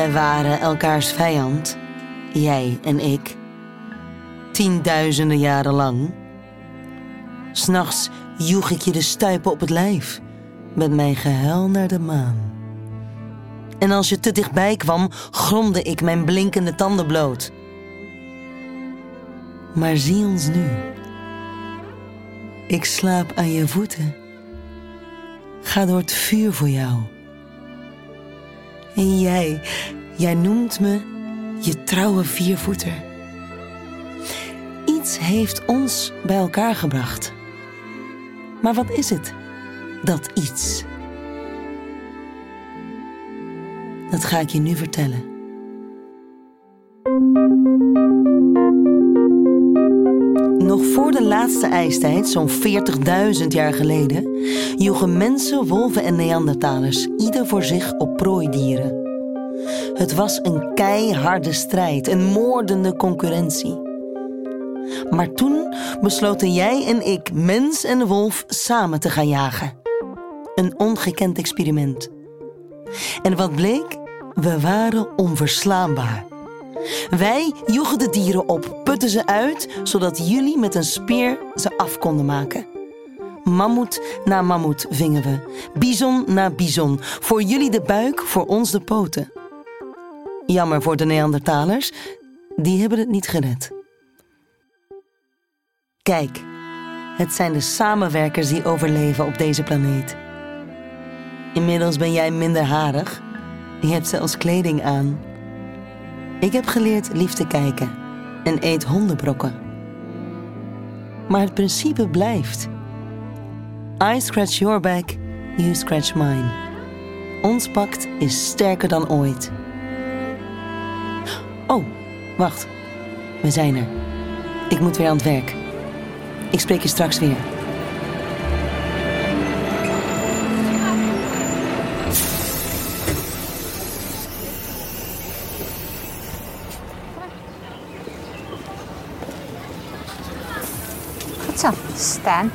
Wij waren elkaars vijand, jij en ik, 10.000 jaren lang. 's Nachts joeg ik je de stuipen op het lijf, met mijn gehuil naar de maan. En als je te dichtbij kwam, gromde ik mijn blinkende tanden bloot. Maar zie ons nu. Ik slaap aan je voeten. Ga door het vuur voor jou. En jij noemt me je trouwe viervoeter. Iets heeft ons bij elkaar gebracht. Maar wat is het, dat iets? Dat ga ik je nu vertellen. Nog voor de laatste ijstijd, zo'n 40.000 jaar geleden, joegen mensen, wolven en Neandertalers ieder voor zich op prooidieren. Het was een keiharde strijd, een moordende concurrentie. Maar toen besloten jij en ik, mens en wolf, samen te gaan jagen. Een ongekend experiment. En wat bleek? We waren onverslaanbaar. Wij joegen de dieren op, putten ze uit, zodat jullie met een speer ze af konden maken. Mammoet na mammoet vingen we, bison na bison. Voor jullie de buik, voor ons de poten. Jammer voor de Neandertalers, die hebben het niet gered. Kijk, het zijn de samenwerkers die overleven op deze planeet. Inmiddels ben jij minder harig. Je hebt zelfs kleding aan. Ik heb geleerd lief te kijken en eet hondenbrokken. Maar het principe blijft. I scratch your back, you scratch mine. Ons pact is sterker dan ooit. Oh, wacht. We zijn er. Ik moet weer aan het werk. Ik spreek je straks weer. Goed zo, staan.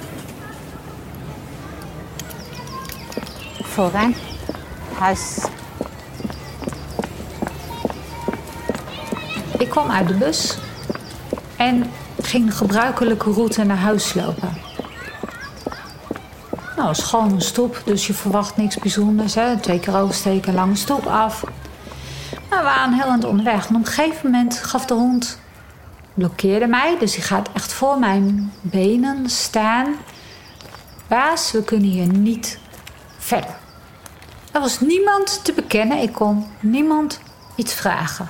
Vooraan. Huis. Ik kwam uit de bus en ging de gebruikelijke route naar huis lopen. Nou, het is gewoon een stoep, dus je verwacht niks bijzonders. Hè? 2 keer oversteken, lange stoep af. Maar we waren heel aan het onderweg. En op een gegeven moment gaf de hond, blokkeerde mij. Dus die gaat echt voor mijn benen staan. Baas, we kunnen hier niet verder. Er was niemand te bekennen. Ik kon niemand iets vragen.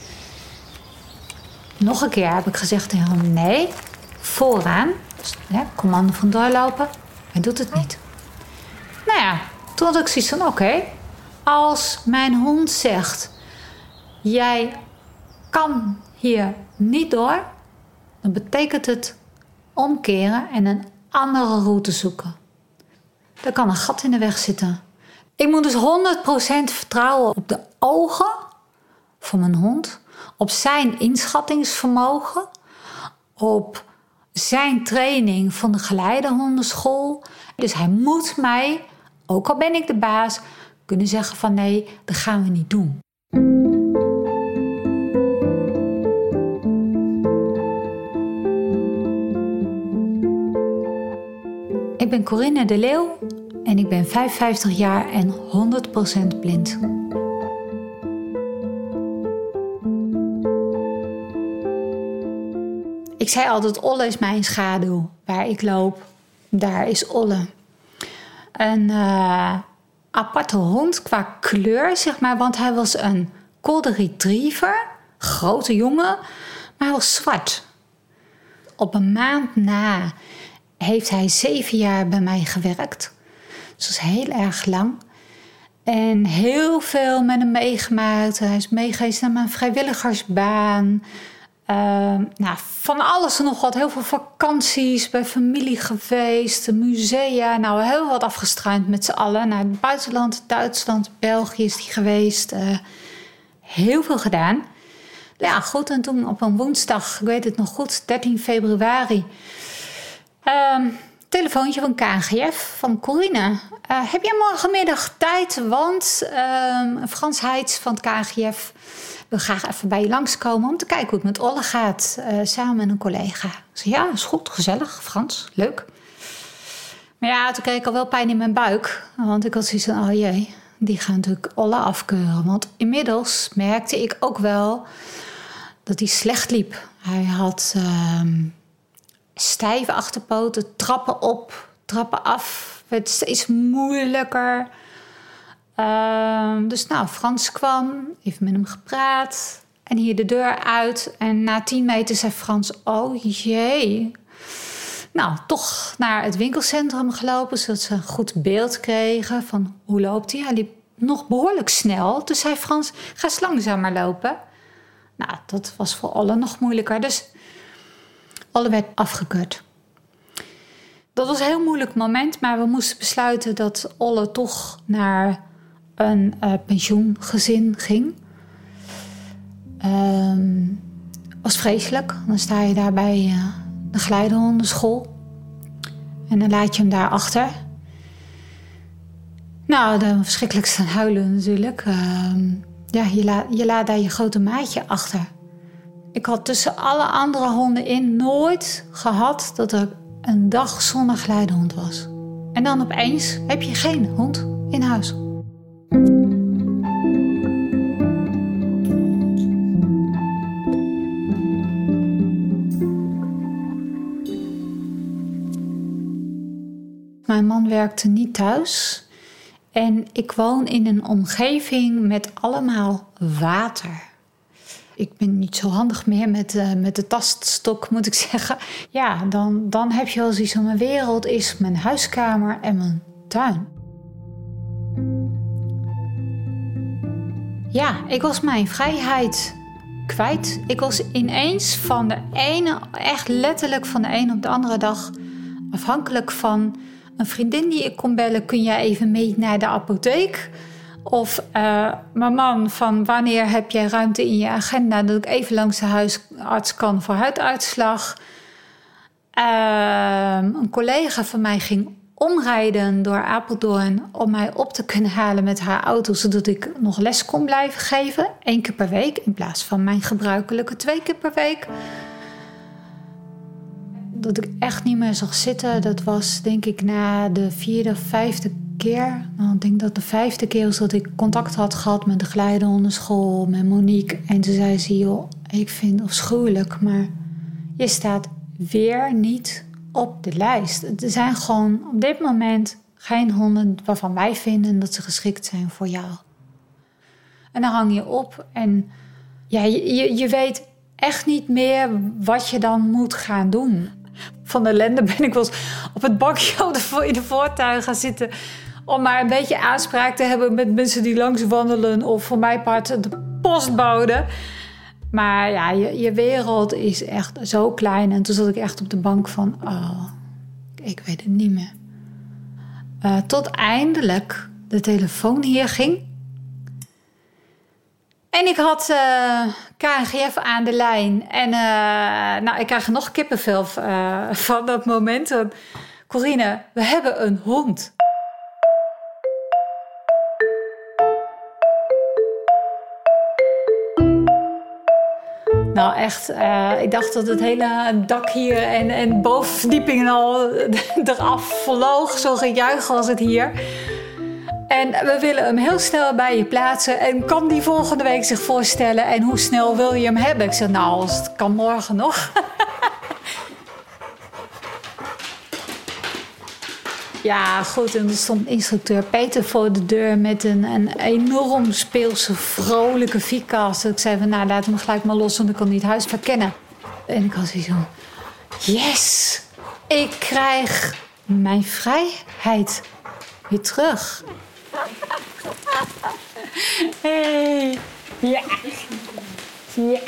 Nog een keer heb ik gezegd tegen hem, nee, vooraan. Dus, commando van doorlopen. Hij doet het niet. Nou ja, toen had ik zoiets van, oké, als mijn hond zegt, jij kan hier niet door, dan betekent het omkeren en een andere route zoeken. Er kan een gat in de weg zitten. Ik moet dus 100% vertrouwen op de ogen van mijn hond, op zijn inschattingsvermogen, op zijn training van de geleidehondenschool. Dus hij moet mij, ook al ben ik de baas, kunnen zeggen van nee, dat gaan we niet doen. Ik ben Corinne de Leeuw en ik ben 55 jaar en 100% blind. Ik zei altijd, Olle is mijn schaduw. Waar ik loop, daar is Olle. Een aparte hond qua kleur, zeg maar. Want hij was een golden retriever. Grote jongen. Maar hij was zwart. Op een maand na heeft hij 7 jaar bij mij gewerkt. Dus dat is heel erg lang. En heel veel met hem meegemaakt. Hij is meegeweest naar mijn vrijwilligersbaan. Van alles en nog wat. Heel veel vakanties, bij familie geweest, musea. Nou, heel wat afgestruind met z'n allen. Naar het buitenland, Duitsland, België is die geweest. Heel veel gedaan. Ja, goed. En toen op een woensdag, ik weet het nog goed, 13 februari... telefoontje van KNGF, van Corine. Heb jij morgenmiddag tijd? Want Frans Heijts van het KNGF wil graag even bij je langskomen om te kijken hoe het met Olle gaat. Samen met een collega. Ik zei, ja, is goed, gezellig, Frans, leuk. Maar ja, toen kreeg ik al wel pijn in mijn buik. Want ik had zoiets van, oh jee, die gaan natuurlijk Olle afkeuren. Want inmiddels merkte ik ook wel dat hij slecht liep. Hij had stijve achterpoten, trappen op, trappen af. Werd steeds moeilijker. Dus nou, Frans kwam, even met hem gepraat. En hier de deur uit. En na 10 meter zei Frans, oh jee. Nou, toch naar het winkelcentrum gelopen, zodat ze een goed beeld kregen van hoe loopt hij. Hij liep nog behoorlijk snel. Dus zei Frans, ga eens langzamer lopen. Nou, dat was voor Olle nog moeilijker. Dus Olle werd afgekeurd. Dat was een heel moeilijk moment, maar we moesten besluiten dat Olle toch naar een pensioengezin ging. Was vreselijk. Dan sta je daar bij de geleidehondenschool. En dan laat je hem daar achter. Nou, dan verschrikkelijk staan huilen natuurlijk. Je laat daar je grote maatje achter. Ik had tussen alle andere honden in nooit gehad dat er een dag zonder geleidehond was. En dan opeens heb je geen hond in huis. Mijn man werkte niet thuis. En ik woon in een omgeving met allemaal water. Ik ben niet zo handig meer met de taststok, moet ik zeggen. Ja, dan heb je wel zoiets van, mijn wereld is mijn huiskamer en mijn tuin. Ja, ik was mijn vrijheid kwijt. Ik was ineens van de ene, echt letterlijk van de ene op de andere dag, afhankelijk van een vriendin die ik kon bellen. Kun jij even mee naar de apotheek? Of mijn man, van wanneer heb jij ruimte in je agenda dat ik even langs de huisarts kan voor huiduitslag? Een collega van mij ging omrijden door Apeldoorn om mij op te kunnen halen met haar auto, zodat ik nog les kon blijven geven. 1 keer per week in plaats van mijn gebruikelijke 2 keer per week. Dat ik echt niet meer zag zitten, dat was denk ik na de 4e of 5e keer. Nou, ik denk dat de 5e keer was dat ik contact had gehad met de geleidehondenschool, met Monique. En toen zei ze, joh, ik vind het afschuwelijk, maar je staat weer niet op de lijst. Er zijn gewoon op dit moment geen honden waarvan wij vinden dat ze geschikt zijn voor jou. En dan hang je op en ja, je weet echt niet meer wat je dan moet gaan doen. Van de ellende ben ik wel eens op het bankje in de voortuin gaan zitten om maar een beetje aanspraak te hebben met mensen die langs wandelen of voor mijn part de postbode. Maar ja, je wereld is echt zo klein. En toen zat ik echt op de bank van, oh, ik weet het niet meer. Tot eindelijk de telefoon hier ging. En ik had KNGF aan de lijn. En ik krijg er nog kippenvel van dat moment. Corine, we hebben een hond. Nou echt, ik dacht dat het hele dak hier en bovenverdiepingen al eraf vloog. Zo gejuich was het hier. En we willen hem heel snel bij je plaatsen. En kan die volgende week zich voorstellen? En hoe snel wil je hem hebben? Ik zeg, nou, als het kan morgen nog. Ja, goed. En er stond instructeur Peter voor de deur met een enorm speelse, vrolijke Vikas. Ik zei van, nou, laat hem gelijk maar los, want ik kan niet huis verkennen. En ik had zoiets van, yes! Ik krijg mijn vrijheid weer terug. Hey. Ja. Ja.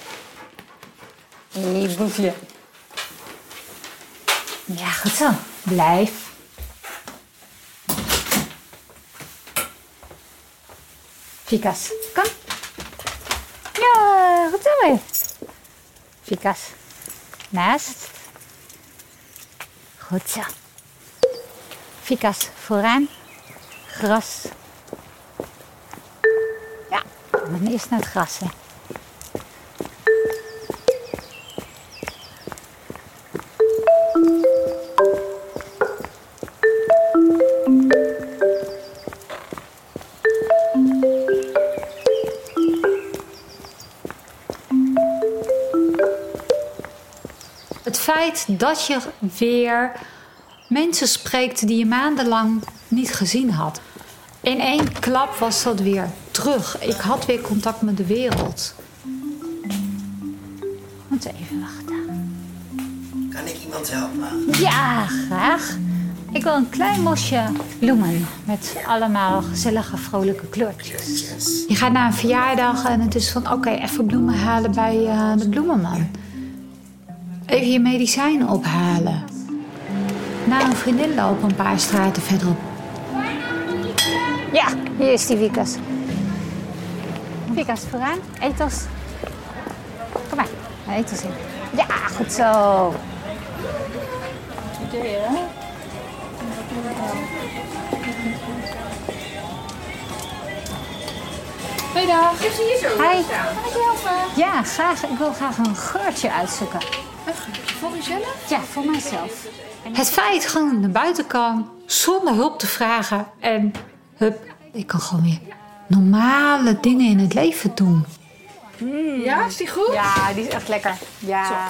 Hey, boefje. Ja, goed zo. Blijf. Vikas, kom. Ja, goed zo weer. Vikas, naast. Goed zo. Vikas vooraan. Gras. Ja, dan eerst naar het gras. Hè. Het feit dat je weer mensen spreekt die je maandenlang niet gezien had. In één klap was dat weer terug. Ik had weer contact met de wereld. Moet even wachten. Kan ik iemand helpen? Ja, graag. Ik wil een klein bosje bloemen met allemaal gezellige, vrolijke kleurtjes. Je gaat naar een verjaardag en het is van oké, even bloemen halen bij de bloemenman. Even je medicijnen ophalen. Naar een vriendin lopen een paar straten verderop. Ja, hier is die Vikas. Vikas vooraan, ethos. Kom maar, ethos in. Ja, goed zo. Goeiedag. Ik zie je zo. Hi. Kan ik je helpen? Ja, graag. Ik wil graag een geurtje uitzoeken. Een geurtje voor uzelf? Ja, voor mijzelf. Het feit gewoon naar buiten kan, zonder hulp te vragen. En hup, ik kan gewoon weer normale dingen in het leven doen. Ja, is die goed? Ja, die is echt lekker. Ja.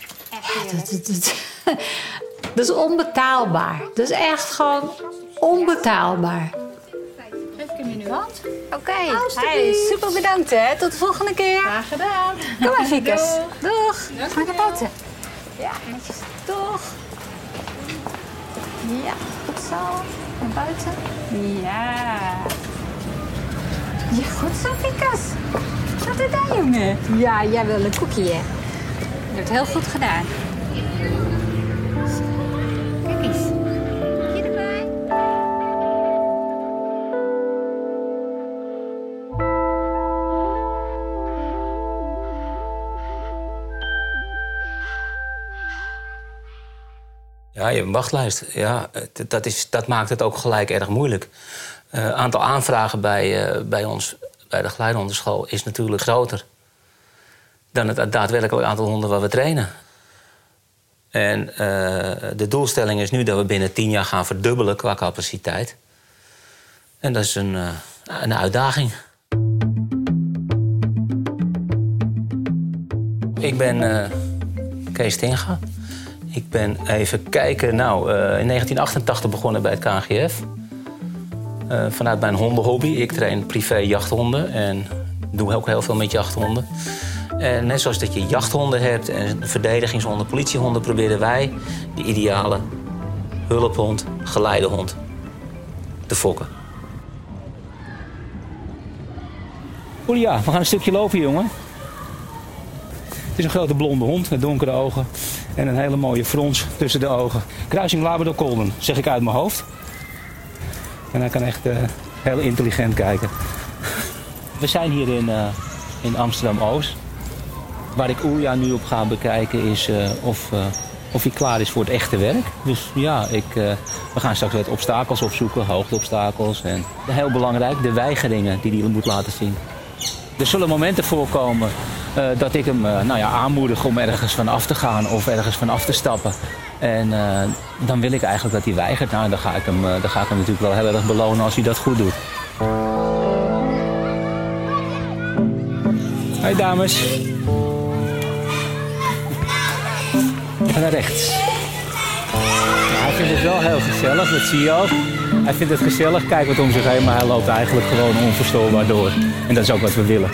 Dat is onbetaalbaar. Dat is echt gewoon onbetaalbaar. Geef ik hem in uw hand. Oké, hey, super bedankt hè. Tot de volgende keer. Graag gedaan. Kom maar, Vikas. Doeg. Doeg. Ga naar buiten. Ja, netjes. Doeg. Ja, goed zo. Naar buiten. Ja. Ja, goed zo, Vikas. Wat doe jij, jongen? Ja, jij wil een koekje. Je hebt het heel goed gedaan. Kijk eens. Hier erbij. Ja, je hebt een wachtlijst. Ja, dat maakt het ook gelijk erg moeilijk. Het aantal aanvragen bij ons, bij de geleidehondenschool, is natuurlijk groter dan het daadwerkelijk aantal honden waar we trainen. En de doelstelling is nu dat we binnen 10 jaar gaan verdubbelen qua capaciteit. En dat is een uitdaging. Ik ben Kees Tinga. Ik ben even kijken, in 1988 begonnen bij het KNGF. Vanuit mijn hondenhobby. Ik train privé jachthonden en doe ook heel veel met jachthonden. En net zoals dat je jachthonden hebt en verdedigingshonden, politiehonden, proberen wij de ideale hulphond, geleidehond te fokken. Ja, we gaan een stukje lopen, jongen. Het is een grote blonde hond met donkere ogen en een hele mooie frons tussen de ogen. Kruising Labrador Golden, zeg ik uit mijn hoofd. En hij kan echt heel intelligent kijken. We zijn hier in Amsterdam-Oost. Waar ik Oelja nu op ga bekijken is of hij klaar is voor het echte werk. Dus ja, we gaan straks wat obstakels opzoeken, hoogteobstakels. En heel belangrijk, de weigeringen die hij moet laten zien. Er zullen momenten voorkomen dat ik hem aanmoedig om ergens van af te gaan of ergens van af te stappen. En dan wil ik eigenlijk dat hij weigert. Nou, dan ga ik hem natuurlijk wel heel erg belonen als hij dat goed doet. Hoi dames. Ga naar rechts. Hij vindt het wel heel gezellig, dat zie je ook. Hij vindt het gezellig, kijkt wat om zich heen, maar hij loopt eigenlijk gewoon onverstoorbaar door. En dat is ook wat we willen.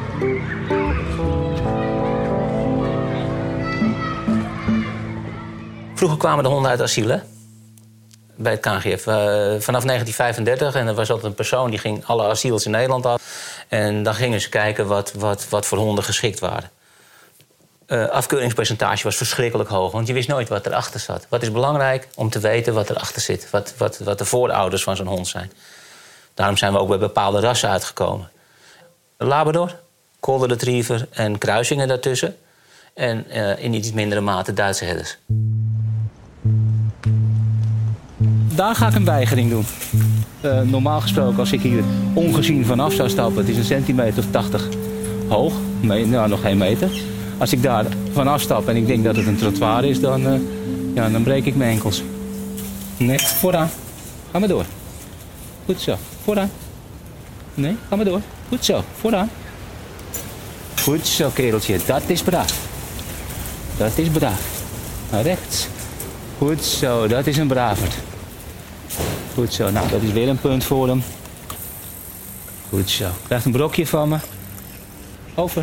Vroeger kwamen de honden uit asiel, hè? Bij het KNGF. Vanaf 1935. En er was altijd een persoon die ging alle asiels in Nederland af. En dan gingen ze kijken wat voor honden geschikt waren. Afkeuringspercentage was verschrikkelijk hoog, want je wist nooit wat erachter zat. Wat is belangrijk? Om te weten wat erachter zit. Wat de voorouders van zo'n hond zijn. Daarom zijn we ook bij bepaalde rassen uitgekomen. Labrador, Golden Retriever en kruisingen daartussen. En in iets mindere mate Duitse herders. daar ga ik een weigering doen. Normaal gesproken, als ik hier ongezien vanaf zou stappen, het is 1 centimeter of 80 hoog, nou nog geen meter. Als ik daar vanaf stap en ik denk dat het een trottoir is, dan breek ik mijn enkels. Nee, vooraan. Ga maar door. Goed zo, vooraan. Nee, ga maar door. Goed zo, vooraan. Goed zo, kereltje, dat is braaf. Dat is braaf. Naar rechts. Goed zo, dat is een braverd. Goed zo, nou dat is weer een punt voor hem. Goed zo, krijgt een brokje van me. Over.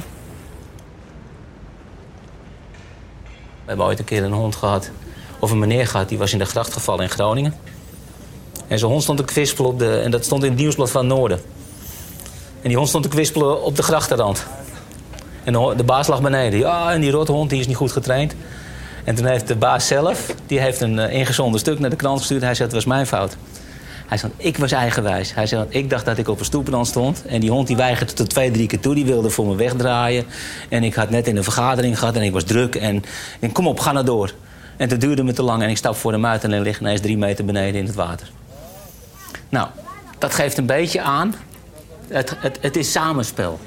We hebben ooit een keer een hond gehad, of een meneer gehad, die was in de gracht gevallen in Groningen. En zijn hond stond te kwispelen en dat stond in het nieuwsblad van Noorden. En die hond stond te kwispelen op de grachtenrand. En de baas lag beneden. Ja, en die rothond die is niet goed getraind. En toen heeft de baas zelf, die heeft een ingezonden stuk naar de krant gestuurd. Hij zei, het was mijn fout. Hij zei, ik was eigenwijs. Hij zei, ik dacht dat ik op een stoeprand stond. En die hond die weigerde tot 2-3 keer toe. Die wilde voor me wegdraaien. En ik had net in een vergadering gehad en ik was druk. En kom op, ga nou door. En het duurde me te lang en ik stap voor hem uit en hij ligt ineens 3 meter beneden in het water. Nou, dat geeft een beetje aan. Het is samenspel.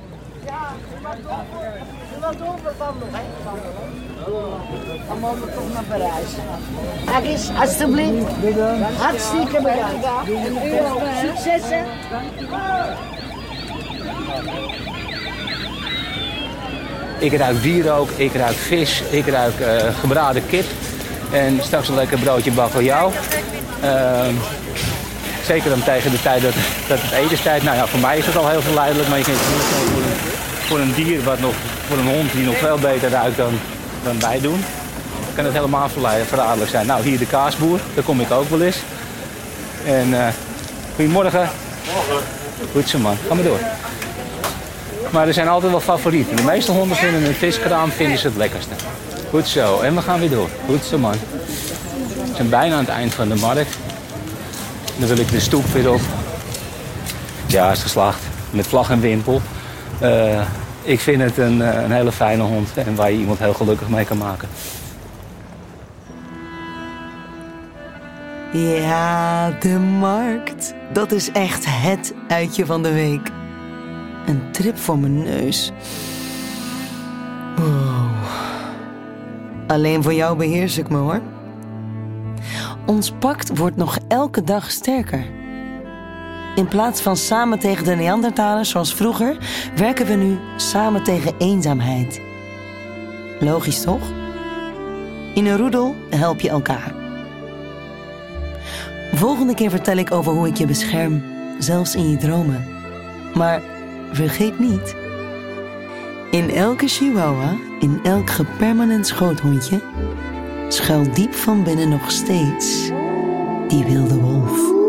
Dan mogen we toch naar Parijs. Kijk eens, alstublieft. Hartstikke bedankt. Succes, hè. Ik ruik wierook, ik ruik vis, ik ruik gebraden kip. En straks een lekker broodje bakkeljauw. Zeker dan tegen de tijd dat het etenstijd... Nou ja, voor mij is het al heel verleidelijk. Maar je kunt voor een dier, voor een hond die nog veel beter ruikt dan wij doen... kan het helemaal verraderlijk zijn. Nou, hier de kaasboer, daar kom ik ook wel eens. En goedemorgen. Morgen. Goed zo, man. Ga maar door. Maar er zijn altijd wel favorieten. De meeste honden vinden een viskraam het lekkerste. Goed zo. En we gaan weer door. Goed zo, man. We zijn bijna aan het eind van de markt. Dan wil ik de stoep weer op. Ja, is geslaagd. Met vlag en wimpel. Ik vind het een hele fijne hond. En waar je iemand heel gelukkig mee kan maken. Ja, de markt. Dat is echt het uitje van de week. Een trip voor mijn neus. Wow. Alleen voor jou beheers ik me, hoor. Ons pact wordt nog elke dag sterker. In plaats van samen tegen de Neandertalers zoals vroeger... werken we nu samen tegen eenzaamheid. Logisch, toch? In een roedel help je elkaar. Volgende keer vertel ik over hoe ik je bescherm, zelfs in je dromen. Maar vergeet niet... in elke chihuahua, in elk gepermanent schoothondje... schuilt diep van binnen nog steeds die wilde wolf.